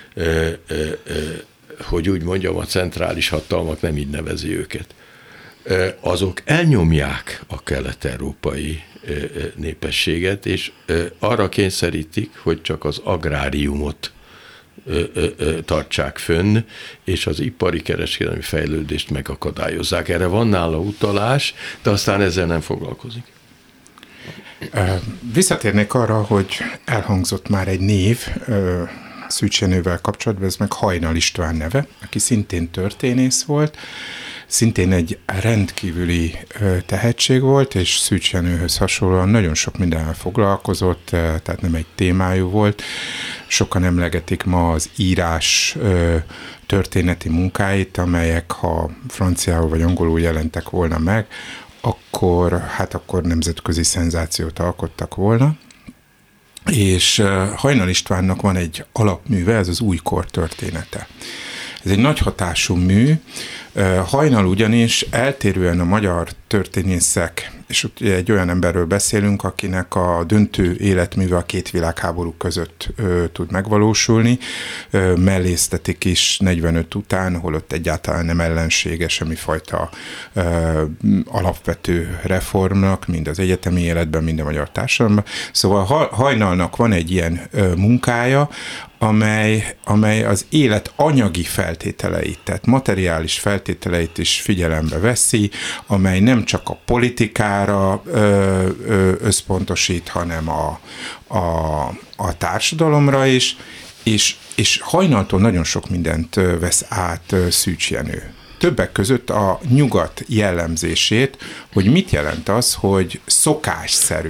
hogy úgy mondjam, a centrális hatalmak, nem így nevezi őket, azok elnyomják a kelet-európai népességet, és arra kényszerítik, hogy csak az agráriumot tartsák fönn, és az ipari kereskedelmi fejlődést megakadályozzák. Erre van nála utalás, de aztán ezzel nem foglalkozik. Visszatérnék arra, hogy elhangzott már egy név Szűcs Jenővel kapcsolatban, ez meg Hajnal István neve, aki szintén történész volt, szintén egy rendkívüli tehetség volt, és Szűcs Jenőhöz hasonlóan nagyon sok mindennel foglalkozott, tehát nem egy témájú volt. Sokan emlegetik ma az írás történeti munkáit, amelyek ha franciául vagy angolul jelentek volna meg, akkor, hát akkor nemzetközi szenzációt alkottak volna. És Hajnal Istvánnak van egy alapműve, ez az újkor története. Ez egy nagy hatású mű. Hajnal ugyanis eltérően a magyar történészek, és ugye egy olyan emberről beszélünk, akinek a döntő életműve a két világháború között ö, tud megvalósulni. Ö, melléztetik is negyvenöt után, holott egyáltalán nem ellensége semmifajta ö, alapvető reformnak, mind az egyetemi életben, mind a magyar társadalomban. Szóval Hajnalnak van egy ilyen ö, munkája, amely, amely az élet anyagi feltételeit, tehát materiális feltételeit is figyelembe veszi, amely nem csak a politikára ö, ö, összpontosít, hanem a, a, a társadalomra is, és, és Hajnaltól nagyon sok mindent vesz át Szűcs Jenő. Többek között a nyugat jellemzését, hogy mit jelent az, hogy szokásszerű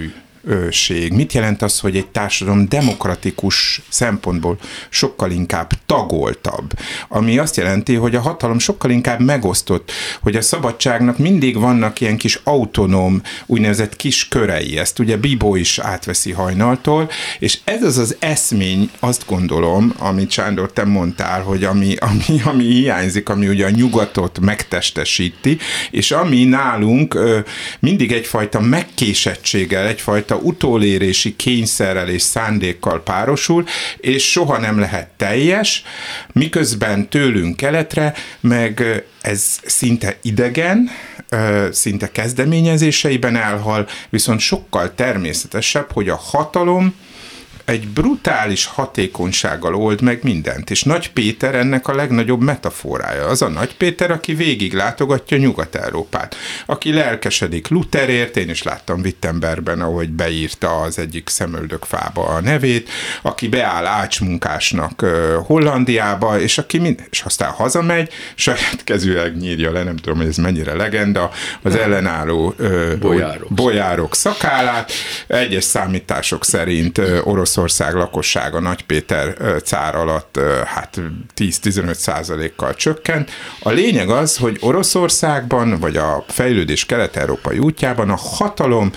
közösség? Mit jelent az, hogy egy társadalom demokratikus szempontból sokkal inkább tagoltabb? Ami azt jelenti, hogy a hatalom sokkal inkább megosztott, hogy a szabadságnak mindig vannak ilyen kis autonóm, úgynevezett kis körei. Ezt ugye Bibó is átveszi Hajnaltól, és ez az az eszmény, azt gondolom, amit Sándor, te mondtál, hogy ami, ami, ami hiányzik, ami ugye a nyugatot megtestesíti, és ami nálunk ö, mindig egyfajta megkésettséggel, egyfajta utolérési kényszerrel és szándékkal párosul, és soha nem lehet teljes, miközben tőlünk keletre, meg ez szinte idegen, szinte kezdeményezéseiben elhal, viszont sokkal természetesebb, hogy a hatalom egy brutális hatékonysággal old meg mindent. És Nagy Péter ennek a legnagyobb metaforája. Az a Nagy Péter, aki végig látogatja Nyugat-Európát, aki lelkesedik Lutherért, én is láttam Wittenbergben, ahogy beírta az egyik szemöldökfába a nevét, aki beáll ácsmunkásnak Hollandiába, és aki mind, és aztán hazamegy, saját kezűleg nyírja le, nem tudom, hogy ez mennyire legenda, az ellenálló bolyárok. bolyárok szakálát. Egyes számítások szerint orosz Oroszország lakossága Nagy Péter cár alatt hát tíz-tizenöt százalékkal csökkent. A lényeg az, hogy Oroszországban, vagy a fejlődés kelet-európai útjában a hatalom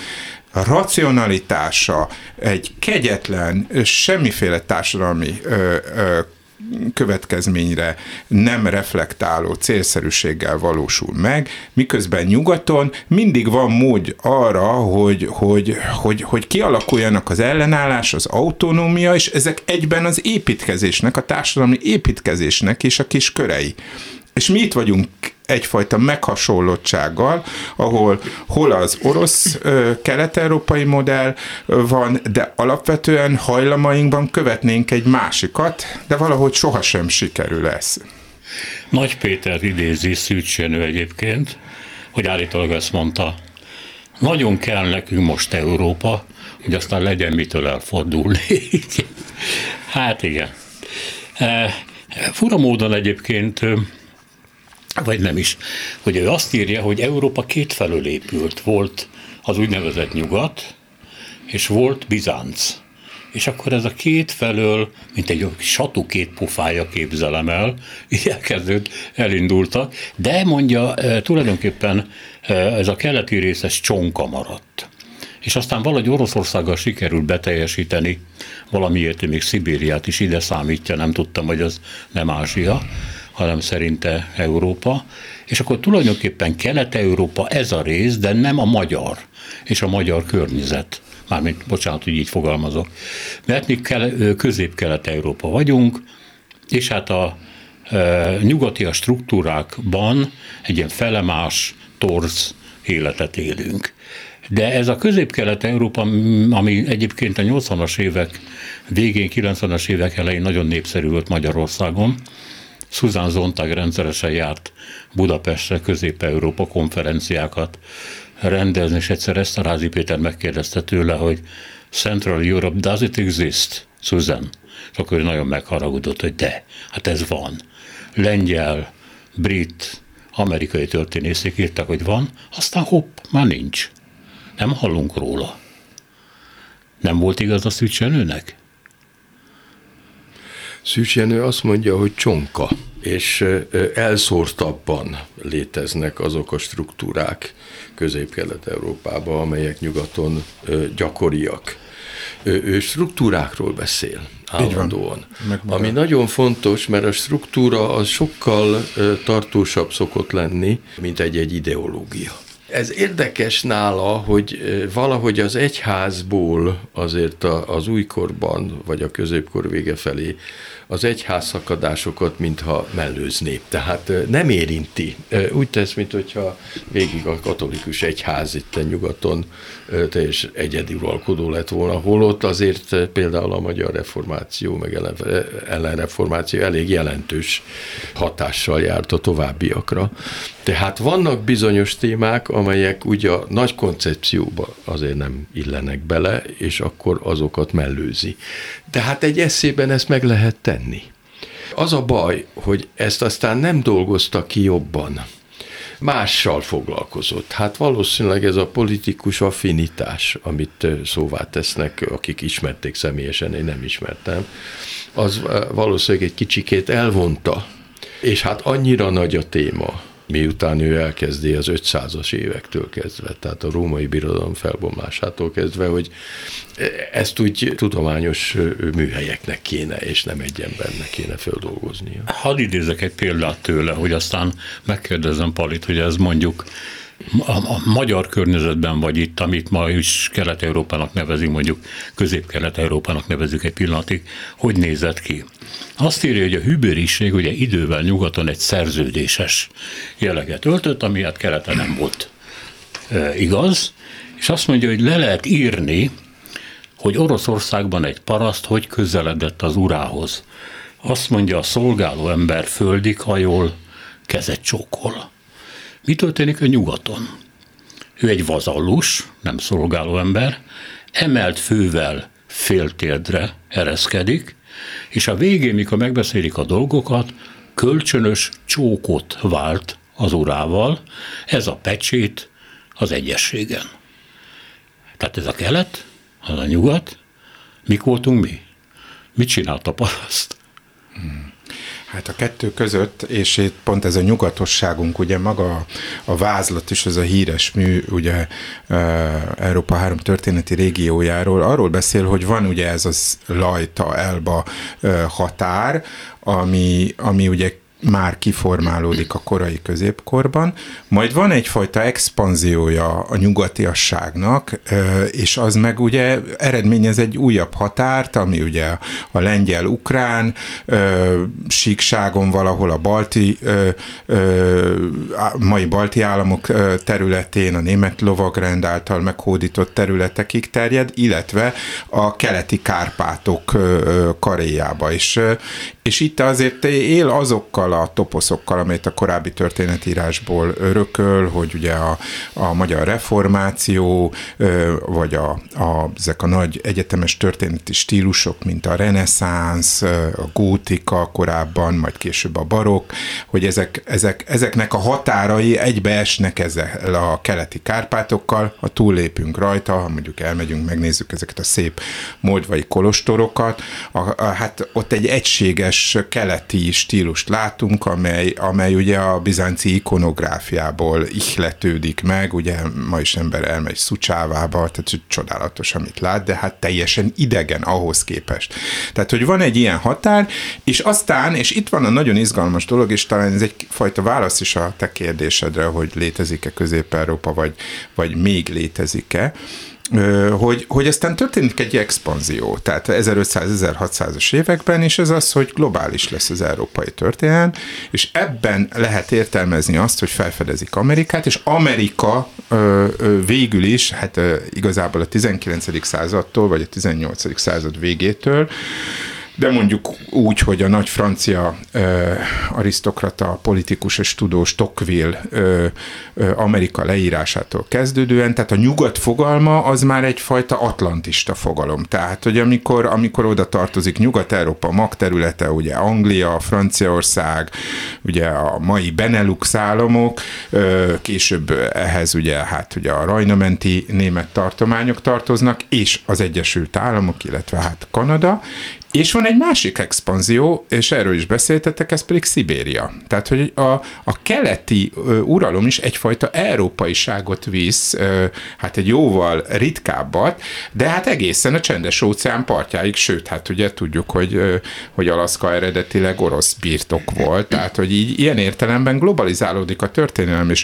racionalitása egy kegyetlen, semmiféle társadalmi ö, ö, következményre nem reflektáló célszerűséggel valósul meg, miközben nyugaton mindig van mód arra, hogy, hogy, hogy, hogy kialakuljanak az ellenállás, az autonómia, és ezek egyben az építkezésnek, a társadalmi építkezésnek és a kis körei. És mi itt vagyunk egyfajta meghasonlottsággal, ahol hol az orosz ö, kelet-európai modell van, de alapvetően hajlamainkban követnénk egy másikat, de valahogy sohasem sikerül ez. Nagy Péter idézi Szűcs Jenő egyébként, hogy állítólag ezt mondta, nagyon kell nekünk most Európa, hogy aztán legyen mitől elfordulni. Hát igen. Fura módon egyébként, vagy nem is, hogy ő azt írja, hogy Európa kétfelől épült. Volt az úgynevezett nyugat, és volt Bizánc. És akkor ez a két felől, mint egy satu két pofája, képzelem el, így elkezdődött, elindultak, de mondja, tulajdonképpen ez a keleti részes csonka maradt. És aztán valahogy Oroszországgal sikerült beteljesíteni, valamiért még Szibériát is ide számítja, nem tudtam, hogy az nem Ázsia, hanem szerinte Európa, és akkor tulajdonképpen Kelet-Európa ez a rész, de nem a magyar, és a magyar környezet. Mármint, bocsánat, hogy így fogalmazok. Mert mi Közép-Kelet-Európa vagyunk, és hát a e, nyugatias struktúrákban egy ilyen felemás, torz életet élünk. De ez a Közép-Kelet-Európa, ami egyébként a nyolcvanas évek végén, kilencvenes évek elején nagyon népszerű volt Magyarországon, Susan Sontag rendszeresen járt Budapestre Közép-Európa konferenciákat rendezni, és egyszer Eszterházy Péter megkérdezte tőle, hogy Central Europe, does it exist, Susan? És akkor ő nagyon megharagudott, hogy de, hát ez van. Lengyel, brit, amerikai történészek írtak, hogy van, aztán hopp, már nincs. Nem hallunk róla. Nem volt igaz a Szűcs Jenőnek? Szűcs Jenő azt mondja, hogy csonka, és elszórtabban léteznek azok a struktúrák Közép-Kelet-Európában, amelyek nyugaton gyakoriak. Ő struktúrákról beszél állandóan, ami nagyon fontos, mert a struktúra az sokkal tartósabb szokott lenni, mint egy-egy ideológia. Ez érdekes nála, hogy valahogy az egyházból azért az újkorban, vagy a középkor vége felé az egyház szakadásokat mintha mellőzné. Tehát nem érinti. Úgy tesz, mintha végig a katolikus egyház itt a nyugaton teljes egyedi uralkodó lett volna, holott azért például a magyar reformáció, meg ellenreformáció elég jelentős hatással járt a továbbiakra. Tehát vannak bizonyos témák, amelyek ugye a nagy koncepcióba azért nem illenek bele, és akkor azokat mellőzi. De hát egy esszében ezt meg lehet tenni. Az a baj, hogy ezt aztán nem dolgozta ki jobban. mással foglalkozott. Hát valószínűleg ez a politikus affinitás, amit szóvá tesznek, akik ismerték személyesen, én nem ismertem, az valószínűleg egy kicsikét elvonta. És hát annyira nagy a téma, miután ő elkezdi az ötszázas évektől kezdve, tehát a római birodalom felbomlásától kezdve, hogy ezt úgy tudományos műhelyeknek kéne, és nem egy embernek kéne földolgoznia. Hadd idézek egy példát tőle, hogy aztán megkérdezem Palit, hogy ez mondjuk a, a magyar környezetben, vagy itt, amit ma is Kelet-Európának nevezünk, mondjuk Közép-Kelet-Európának nevezünk egy pillanatig, hogy nézett ki. Azt írja, hogy a hűbériség ugye idővel nyugaton egy szerződéses jelleget öltött, ami hát keleten nem volt e, igaz, és azt mondja, hogy le lehet írni, hogy Oroszországban egy paraszt hogy közeledett az urához. Azt mondja, a szolgáló ember földig hajol, kezet csókol. Mi történik a nyugaton? Ő egy vazallus, nem szolgáló ember, emelt fővel féltérdre ereszkedik, és a végén, mikor megbeszélik a dolgokat, kölcsönös csókot vált az urával, ez a pecsét az egyességen. Tehát ez a kelet, az a nyugat, mik voltunk mi? Mit csinált a paraszt? Hmm. Hát a kettő között, és itt pont ez a nyugatosságunk, ugye maga a vázlat is, ez a híres mű, ugye Európa három történeti régiójáról, arról beszél, hogy van ugye ez az Lajta-Elba határ, ami, ami ugye már kiformálódik a korai középkorban, majd van egyfajta expanziója a nyugatiasságnak, és az meg ugye eredményez egy újabb határt, ami ugye a lengyel-ukrán síkságon valahol a balti, mai balti államok területén, a német lovagrend által meghódított területekig terjed, illetve a keleti Kárpátok karéjába is. És itt azért él azokkal a toposzokkal, amelyet a korábbi történetírásból örököl, hogy ugye a, a magyar reformáció, vagy a, a, ezek a nagy egyetemes történeti stílusok, mint a reneszánsz, a gótika korábban, majd később a barokk, hogy ezek, ezek, ezeknek a határai egybeesnek ezzel a keleti Kárpátokkal, ha túllépünk rajta, ha mondjuk elmegyünk, megnézzük ezeket a szép moldvai kolostorokat, a, a, hát ott egy egységes keleti stílust látunk, amely, amely ugye a bizánci ikonográfiából ihletődik meg, ugye ma is ember elmegy Szucsávába, tehát csodálatos, amit lát, de hát teljesen idegen ahhoz képest. Tehát, hogy van egy ilyen határ, és aztán, és itt van a nagyon izgalmas dolog, és talán ez egyfajta válasz is a te kérdésedre, hogy létezik-e Közép-Európa, vagy, vagy még létezik-e, Hogy, hogy aztán történik egy expanzió, tehát ezerötszáz-ezerhatszázas években, és ez az, hogy globális lesz az európai történelem, és ebben lehet értelmezni azt, hogy felfedezik Amerikát, és Amerika ö, ö, végül is, hát ö, igazából a tizenkilencedik századtól, vagy a tizennyolcadik század végétől, de mondjuk úgy, hogy a nagy francia ö, arisztokrata, politikus és tudós Tocqueville ö, ö, Amerika leírásától kezdődően, tehát a nyugat fogalma az már egyfajta atlantista fogalom. Tehát, hogy amikor, amikor oda tartozik Nyugat-Európa magterülete, ugye Anglia, Franciaország, ugye a mai Benelux államok, ö, később ehhez ugye, hát ugye a Rajna-menti német tartományok tartoznak, és az Egyesült Államok, illetve hát Kanada, és van egy másik expanzió, és erről is beszéltetek, ez pedig Szibéria. Tehát, hogy a, a keleti ö, uralom is egyfajta európaiságot visz, ö, hát egy jóval ritkábbat, de hát egészen a Csendes-óceán partjáig, sőt, hát ugye tudjuk, hogy, ö, hogy Alaszka eredetileg orosz birtok volt, tehát, hogy így ilyen értelemben globalizálódik a történelem is.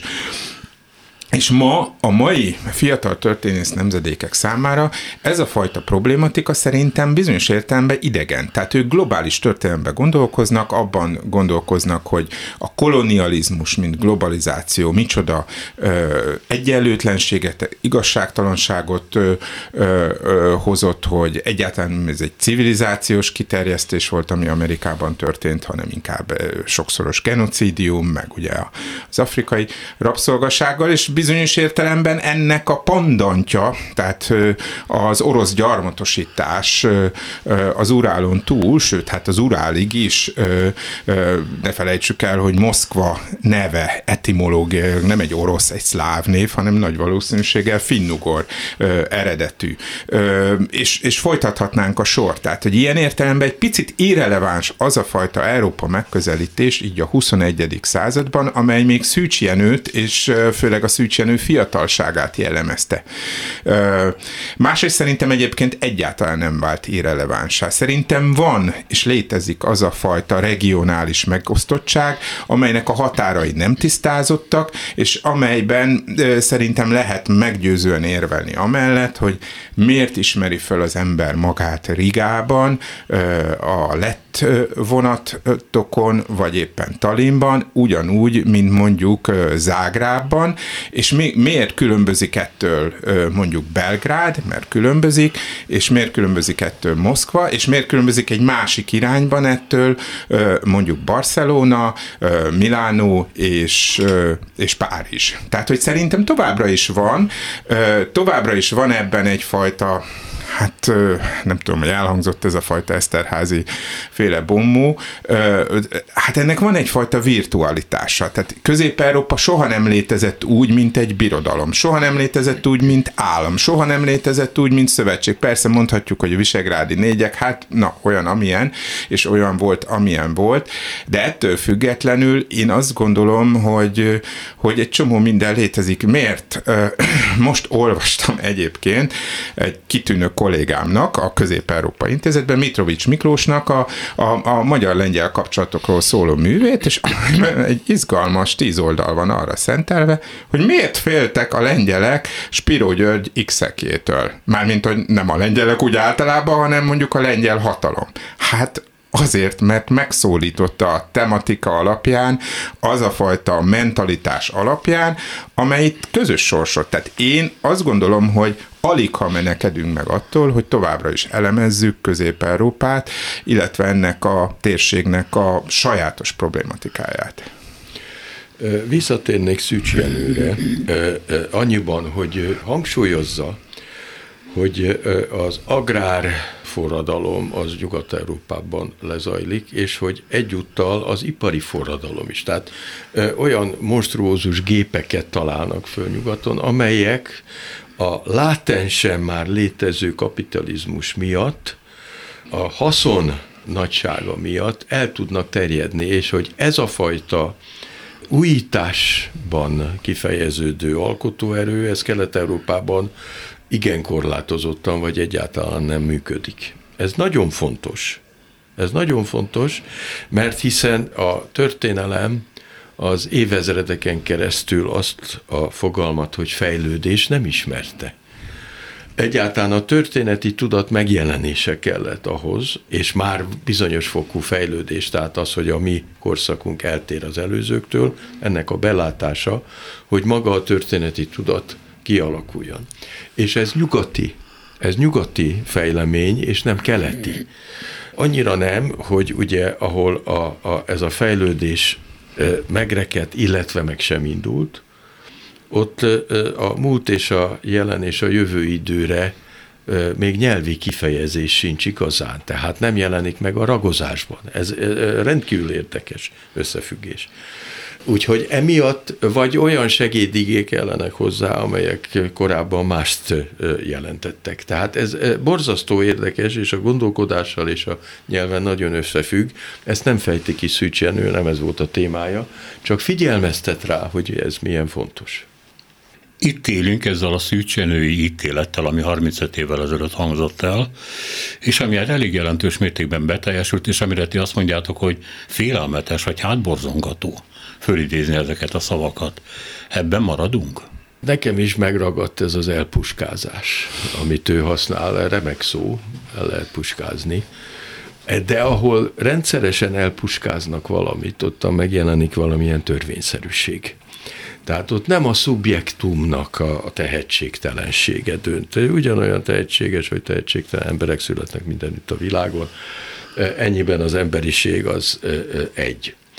És ma a mai fiatal történész nemzedékek számára ez a fajta problématika szerintem bizonyos értelemben idegen. Tehát ők globális történelemben gondolkoznak, abban gondolkoznak, hogy a kolonializmus, mint globalizáció micsoda ö, egyenlőtlenséget, igazságtalanságot ö, ö, ö, hozott, hogy egyáltalán ez egy civilizációs kiterjesztés volt, ami Amerikában történt, hanem inkább ö, sokszoros genocidium, meg ugye az afrikai rabszolgasággal, és bizonyos értelemben ennek a pandantja, tehát az orosz gyarmatosítás az Urálon túl, sőt, hát az Urálig is, ne felejtsük el, hogy Moszkva neve etimológia, nem egy orosz, egy szláv név, hanem nagy valószínűséggel finnugor eredetű. És, és folytathatnánk a sort. Tehát, hogy ilyen értelemben egy picit irreleváns az a fajta Európa megközelítés, így a huszonegyedik században, amely még Szűcs Jenőt, és főleg a Szűcs Jenő fiatalságát jellemezte. Másrészt szerintem egyébként egyáltalán nem vált irrelevánsá. Szerintem van, és létezik az a fajta regionális megosztottság, amelynek a határai nem tisztázottak, és amelyben szerintem lehet meggyőzően érvelni amellett, hogy miért ismeri föl az ember magát Rigában, a lett vonatokon, vagy éppen Tallinnban, ugyanúgy, mint mondjuk Zágrábban, és mi, miért különbözik ettől mondjuk Belgrád, mert különbözik, és miért különbözik ettől Moszkva, és miért különbözik egy másik irányban ettől mondjuk Barcelona, Milánó és, és Párizs. Tehát, hogy szerintem továbbra is van, továbbra is van ebben egyfajta, hát nem tudom, hogy elhangzott ez a fajta Eszterházy féle bombó, hát ennek van egyfajta virtualitása. Tehát Közép-Európa soha nem létezett úgy, mint egy birodalom. Soha nem létezett úgy, mint állam. Soha nem létezett úgy, mint szövetség. Persze mondhatjuk, hogy a visegrádi négyek, hát na, olyan, amilyen, és olyan volt, amilyen volt, de ettől függetlenül én azt gondolom, hogy, hogy egy csomó minden létezik. Miért? Most olvastam egyébként egy kitűnő kollégámnak, a Közép-Európa Intézetben, Mitrovics Miklósnak a, a, a magyar-lengyel kapcsolatokról szóló művét, és egy izgalmas tíz oldal van arra szentelve, hogy miért féltek a lengyelek Spiró György X-ekjétől. Mármint, hogy nem a lengyelek úgy általában, hanem mondjuk a lengyel hatalom. Hát azért, mert megszólította a tematika alapján, az a fajta mentalitás alapján, amely itt közös sorsot. Tehát én azt gondolom, hogy alig ha menekedünk meg attól, hogy továbbra is elemezzük Közép-Európát, illetve ennek a térségnek a sajátos problématikáját. Visszatérnék Szűcs Jenőre annyiban, hogy hangsúlyozza, hogy az agrárforradalom az Nyugat-Európában lezajlik, és hogy egyúttal az ipari forradalom is. Tehát olyan monstruózus gépeket találnak föl nyugaton, amelyek a látensen már létező kapitalizmus miatt, a haszon nagysága miatt el tudnak terjedni, és hogy ez a fajta újításban kifejeződő alkotóerő, ez Kelet-Európában igen korlátozottan, vagy egyáltalán nem működik. Ez nagyon fontos. Ez nagyon fontos, mert hiszen a történelem az évezredeken keresztül azt a fogalmat, hogy fejlődés nem ismerte. Egyáltalán a történeti tudat megjelenése kellett ahhoz, és már bizonyos fokú fejlődés, tehát az, hogy a mi korszakunk eltér az előzőktől, ennek a belátása, hogy maga a történeti tudat kialakuljon. És ez nyugati, ez nyugati fejlemény, és nem keleti. Annyira nem, hogy ugye, ahol a, a, ez a fejlődés megrekedt, illetve meg sem indult, ott a múlt és a jelen és a jövő időre még nyelvi kifejezés sincs igazán, tehát nem jelenik meg a ragozásban. Ez rendkívül érdekes összefüggés. Úgyhogy emiatt vagy olyan segédigék kellenek hozzá, amelyek korábban mást jelentettek. Tehát ez borzasztó érdekes, és a gondolkodással és a nyelven nagyon összefügg. Ezt nem fejti ki Szűcs Jenő, nem ez volt a témája, csak figyelmeztet rá, hogy ez milyen fontos. Itt élünk ezzel a Szűcs Jenői ítélettel, ami harmincöt évvel ezelőtt hangzott el, és ami elég jelentős mértékben beteljesült, és amire ti azt mondjátok, hogy félelmetes, vagy hátborzongató fölidézni ezeket a szavakat. Ebben maradunk? Nekem is megragadt ez az elpuskázás, amit ő használ, remek szó, el lehet puskázni. De ahol rendszeresen elpuskáznak valamit, ott megjelenik valamilyen törvényszerűség. Tehát ott nem a szubjektumnak a tehetségtelensége dönt. Ugyanolyan tehetséges, vagy tehetségtelen emberek születnek mindenütt a világon. Ennyiben az emberiség az egy.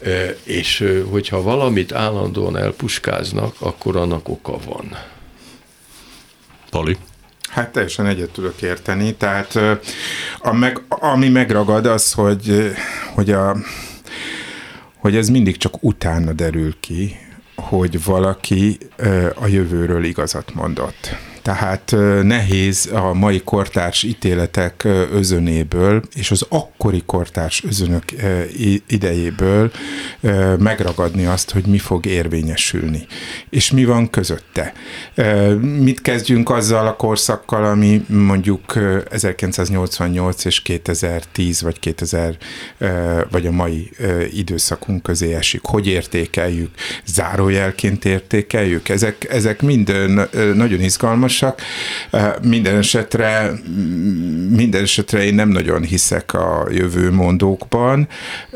És hogyha valamit állandóan elpuskáznak, akkor annak oka van. Pali? Hát teljesen egyet tudok érteni. Tehát a meg, ami megragad az, hogy, hogy, a, hogy ez mindig csak utána derül ki, hogy valaki a jövőről igazat mondott. Tehát nehéz a mai kortárs ítéletek özönéből és az akkori kortárs özönök idejéből megragadni azt, hogy mi fog érvényesülni, és mi van közötte. Mit kezdjünk azzal a korszakkal, ami mondjuk ezerkilencszáznyolcvannyolc és kétezer-tíz vagy kétezer vagy a mai időszakunk közé esik. Hogy értékeljük? Zárójelként értékeljük? Ezek, ezek mind nagyon izgalmas. Minden esetre, minden esetre én nem nagyon hiszek a jövőmondókban,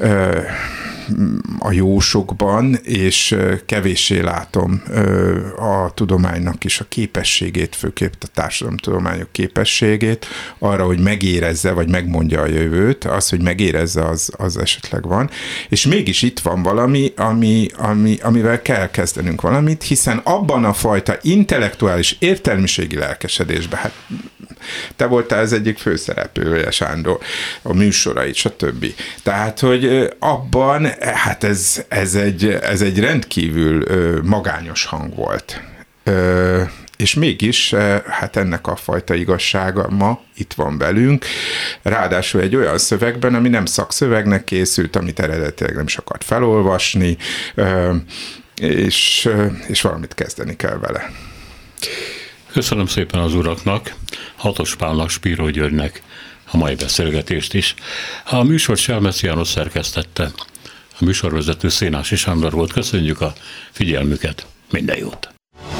a jósokban, és kevéssé látom a tudománynak is a képességét, főképp a társadalomtudományok képességét arra, hogy megérezze, vagy megmondja a jövőt. Az, hogy megérezze, az, az esetleg van. És mégis itt van valami, ami, ami, amivel kell kezdenünk valamit, hiszen abban a fajta intellektuális értelmiségi lelkesedésben, hát te voltál az egyik főszereplője, Sándor, a műsorait, stb. Tehát, hogy abban, hát ez, ez, egy, ez egy rendkívül magányos hang volt. És mégis, hát ennek a fajta igazsága ma itt van velünk, ráadásul egy olyan szövegben, ami nem szakszövegnek készült, amit eredetileg nem is akart felolvasni, és, és valamit kezdeni kell vele. Köszönöm szépen az uraknak, Hatos Pálnak, Spíró Györgynek a mai beszélgetést is. A műsor Selmeci János szerkesztette. A műsorvezető Szénási Sándor volt. Köszönjük a figyelmüket. Minden jót!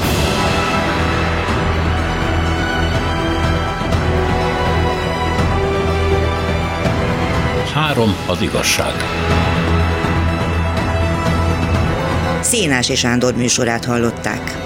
Három az igazság. Szénási Sándor műsorát hallották.